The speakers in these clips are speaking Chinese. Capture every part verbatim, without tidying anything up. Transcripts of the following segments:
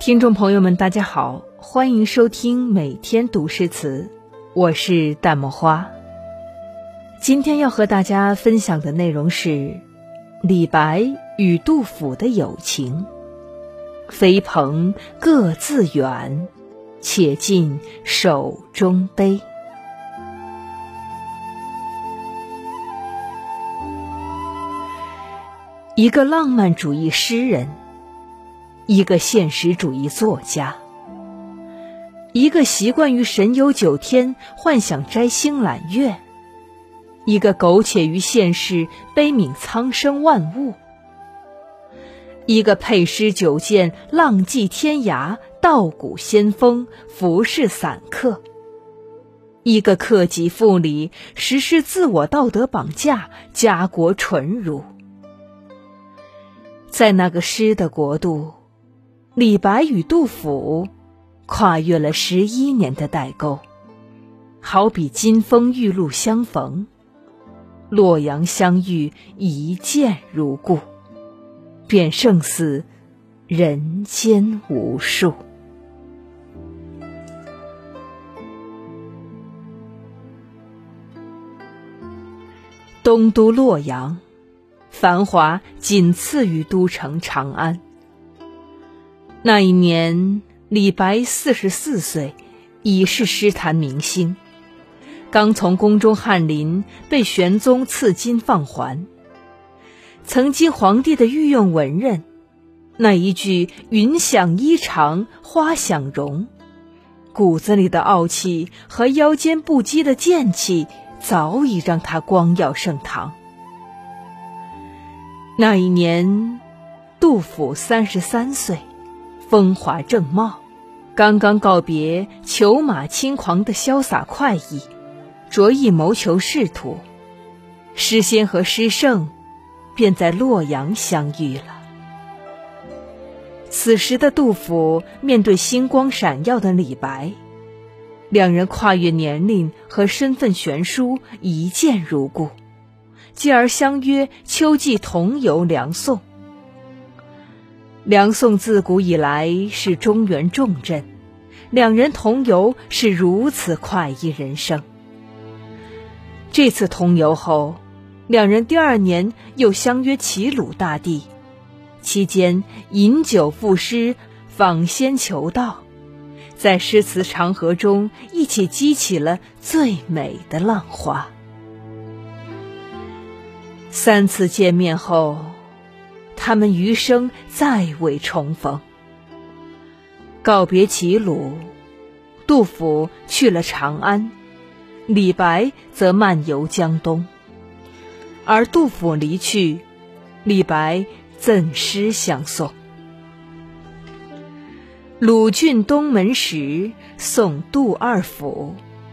听众朋友们大家好，欢迎收听每天读诗词，我是淡墨花。今天要和大家分享的内容是李白与杜甫的友情。飞蓬各自远，且尽手中杯。一个浪漫主义诗人，一个现实主义作家，一个习惯于神游九天，幻想摘星揽月，一个苟且于现世，悲悯苍生万物，一个佩诗九剑，浪迹天涯，道骨先锋，浮世散客，一个克己复礼，实施自我道德绑架，家国纯儒。在那个诗的国度，李白与杜甫跨越了十一年的代沟，好比金风玉露相逢，洛阳相遇，一见如故，便胜似人间无数。东都洛阳，繁华仅次于都城长安。那一年，李白四十四岁，已是诗坛明星，刚从宫中翰林，被玄宗赐金放还。曾经皇帝的御用文人，那一句云想衣裳花想容，骨子里的傲气和腰间不羁的剑气，早已让他光耀盛唐。那一年，杜甫三十三岁，风华正茂，刚刚告别裘马轻狂的潇洒快意，着意谋求仕途。诗仙和诗圣便在洛阳相遇了。此时的杜甫面对星光闪耀的李白，两人跨越年龄和身份悬殊，一见如故，继而相约秋季同游梁宋。梁宋自古以来是中原重镇，两人同游是如此快意人生。这次同游后，两人第二年又相约齐鲁大地，期间饮酒赋诗，访仙求道，在诗词长河中一起激起了最美的浪花。三次见面后，他们余生再未重逢。告别齐鲁，杜甫去了长安，李白则漫游江东。而杜甫离去，李白赠诗相送。鲁郡东门时，送杜二府。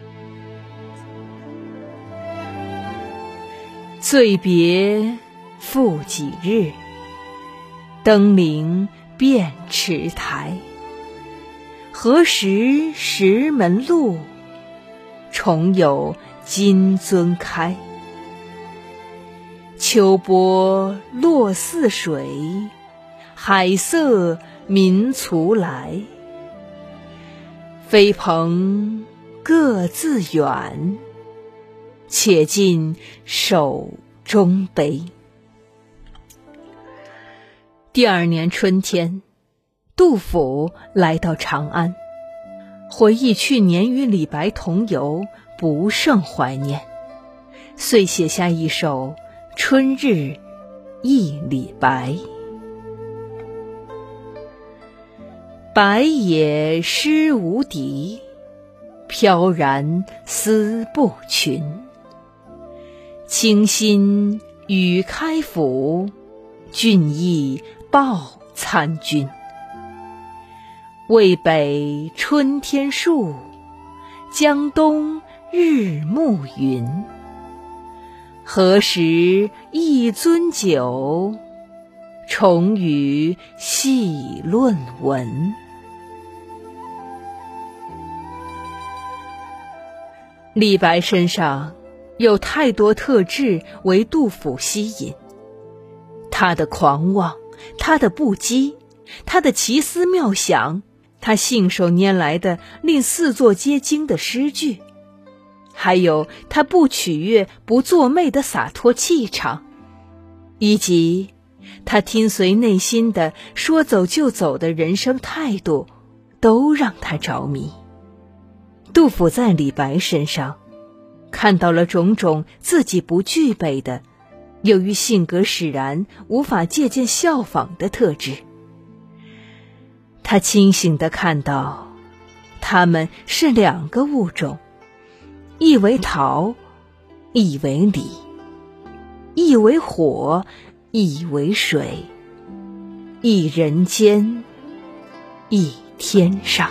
醉别复几日，登临便池台。何时石门路，重有金樽开。秋波落泗水，海色民徂来。飞蓬各自远，且尽手中杯。第二年春天，杜甫来到长安，回忆去年与李白同游，不胜怀念，遂写下一首《春日忆李白》。白也诗无敌，飘然思不群。清新与开府，俊逸报参军。渭北春天树，江东日暮云。何时一樽酒，重与细论文。李白身上有太多特质为杜甫吸引，他的狂妄，他的不羁， 他的奇思妙想，他信手拈来的令四座皆惊的诗句，还有他不取悦不作媚的洒脱气场，以及他听随内心的说走就走的人生态度，都让他着迷。杜甫在李白身上看到了种种自己不具备的，由于性格使然无法借鉴效仿的特质。他清醒地看到他们是两个物种，一为桃，一为李，一为火，一为水，一人间，一天上。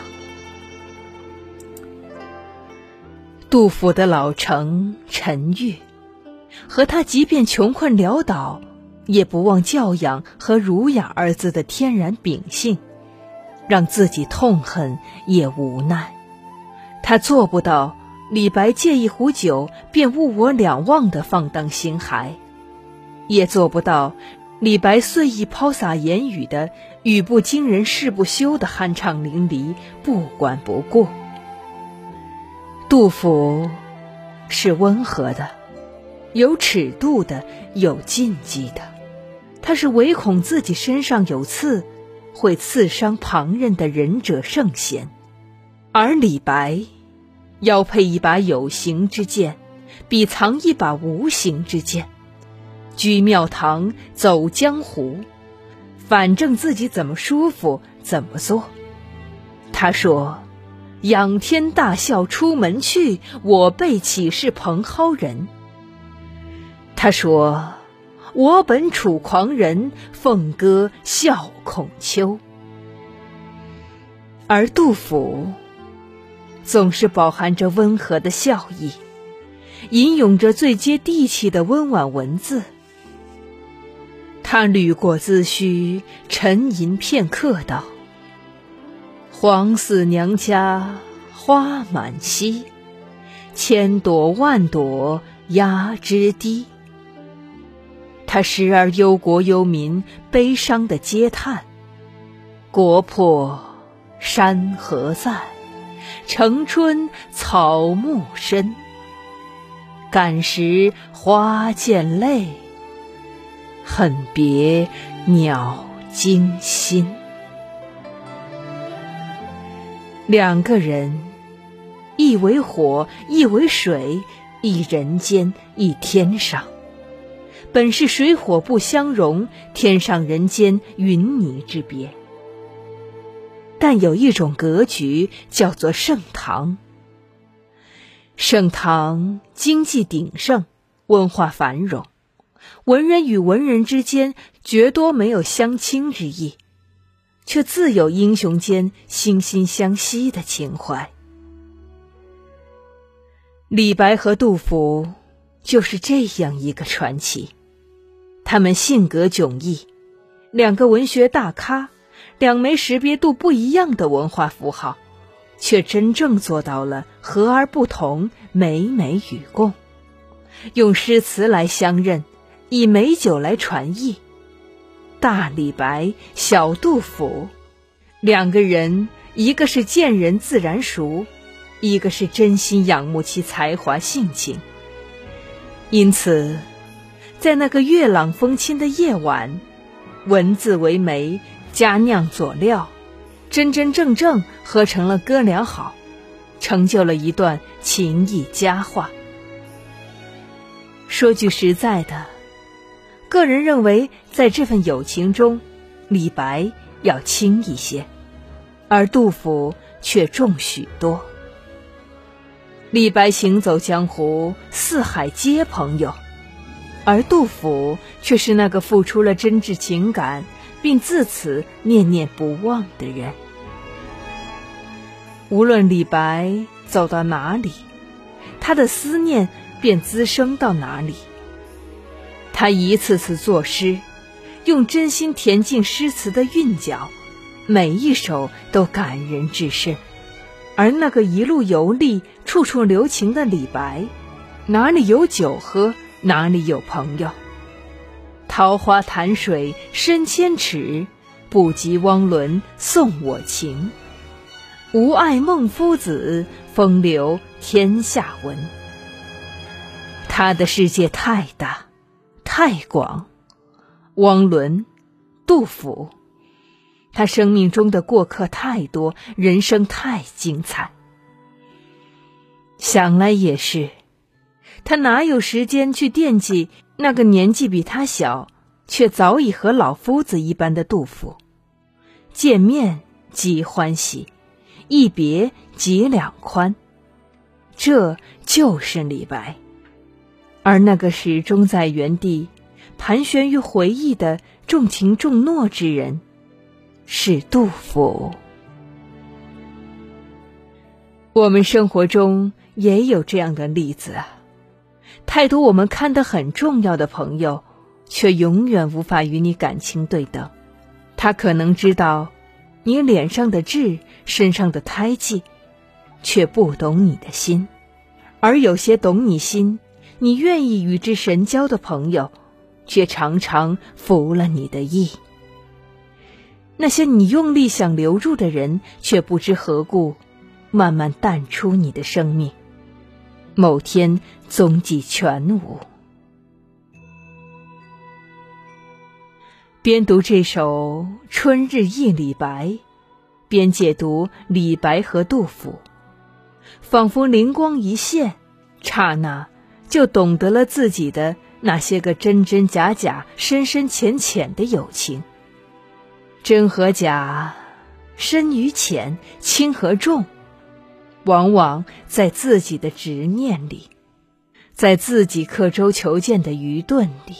杜甫的老成沉郁，和他即便穷困潦倒也不忘教养和儒雅二字的天然秉性，让自己痛恨也无奈。他做不到李白借一壶酒便物我两忘的放荡心骸，也做不到李白随意抛洒言语的语不惊人誓不休的酣畅淋漓，不管不顾。杜甫是温和的，有尺度的，有禁忌的，他是唯恐自己身上有刺，会刺伤旁人的仁者圣贤。而李白要配一把有形之剑，比藏一把无形之剑，居庙堂走江湖，反正自己怎么舒服怎么做。他说，仰天大笑出门去，我辈岂是蓬蒿人。他说，我本楚狂人，凤歌笑孔丘。而杜甫总是饱含着温和的笑意，吟咏着最接地气的温婉文字。他捋过髭须，沉吟片刻道，黄四娘家花满蹊，千朵万朵压枝低。他时而忧国忧民，悲伤的嗟叹，国破山河在，城春草木深。感时花溅泪，恨别鸟惊心。两个人，一为火，一为水，一人间，一天上。本是水火不相容，天上人间云泥之别。但有一种格局叫做盛唐。盛唐经济鼎盛，文化繁荣，文人与文人之间绝多没有相亲之意，却自有英雄间惺惺相惜的情怀。李白和杜甫就是这样一个传奇。他们性格迥异，两个文学大咖，两枚识别度不一样的文化符号，却真正做到了和而不同，美美与共。用诗词来相认，以美酒来传艺。大李白，小杜甫，两个人，一个是见人自然熟，一个是真心仰慕其才华性情。因此在那个月朗风清的夜晚，文字为媒，佳酿佐料，真真正正合成了歌良好，成就了一段情谊佳话。说句实在的，个人认为在这份友情中，李白要轻一些，而杜甫却重许多。李白行走江湖，四海皆朋友，而杜甫却是那个付出了真挚情感并自此念念不忘的人。无论李白走到哪里，他的思念便滋生到哪里。他一次次作诗，用真心填进诗词的韵脚，每一首都感人至深。而那个一路游历，处处留情的李白，哪里有酒喝，哪里有朋友。桃花潭水深千尺， 不及汪伦送我情。无爱孟夫子，风流天下闻。他的世界太大太广，汪伦、杜甫，他生命中的过客太多，人生太精彩。想来也是，他哪有时间去惦记那个年纪比他小却早已和老夫子一般的杜甫？见面即欢喜，一别即两宽，这就是李白。而那个始终在原地盘旋于回忆的重情重诺之人，是杜甫。我们生活中也有这样的例子啊，太多我们看得很重要的朋友，却永远无法与你感情对等。他可能知道你脸上的痣，身上的胎记，却不懂你的心。而有些懂你心，你愿意与之神交的朋友，却常常服了你的意。那些你用力想留住的人，却不知何故慢慢淡出你的生命，某天踪迹全无。边读这首《春日忆李白》，边解读李白和杜甫，仿佛灵光一现，刹那就懂得了自己的那些个真真假假、深深浅浅的友情。真和假，深与浅，轻和重，往往在自己的执念里，在自己刻舟求剑的愚钝里。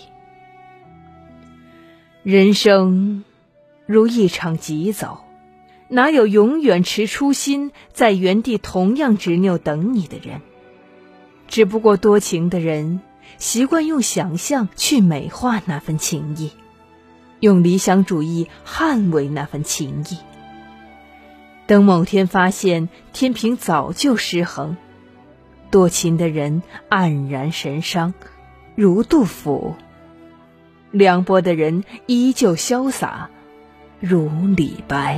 人生如一场疾走，哪有永远持初心在原地同样执拗等你的人？只不过多情的人习惯用想象去美化那份情谊，用理想主义捍卫那份情谊。等某天发现天平早就失衡，多情的人黯然神伤，如杜甫；凉薄的人依旧潇洒，如李白。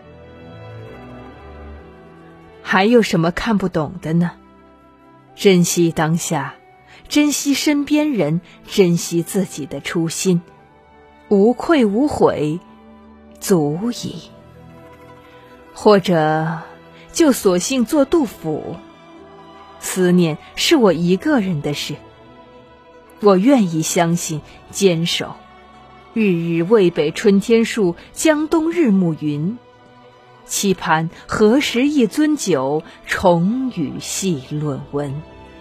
还有什么看不懂的呢？珍惜当下，珍惜身边人，珍惜自己的初心，无愧无悔，足矣。或者就索性做杜甫，思念是我一个人的事，我愿意相信，坚守。日日渭北春天树，江东日暮云。期盼何时一樽酒，重与细论文。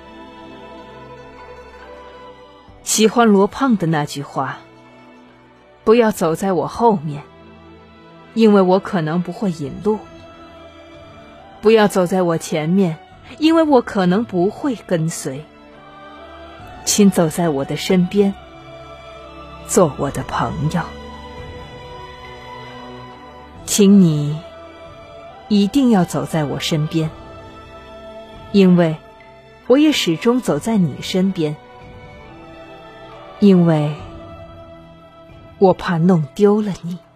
喜欢罗胖的那句话，不要走在我后面，因为我可能不会引路；不要走在我前面，因为我可能不会跟随。请走在我的身边，做我的朋友。请你一定要走在我身边，因为我也始终走在你身边，因为我怕弄丢了你。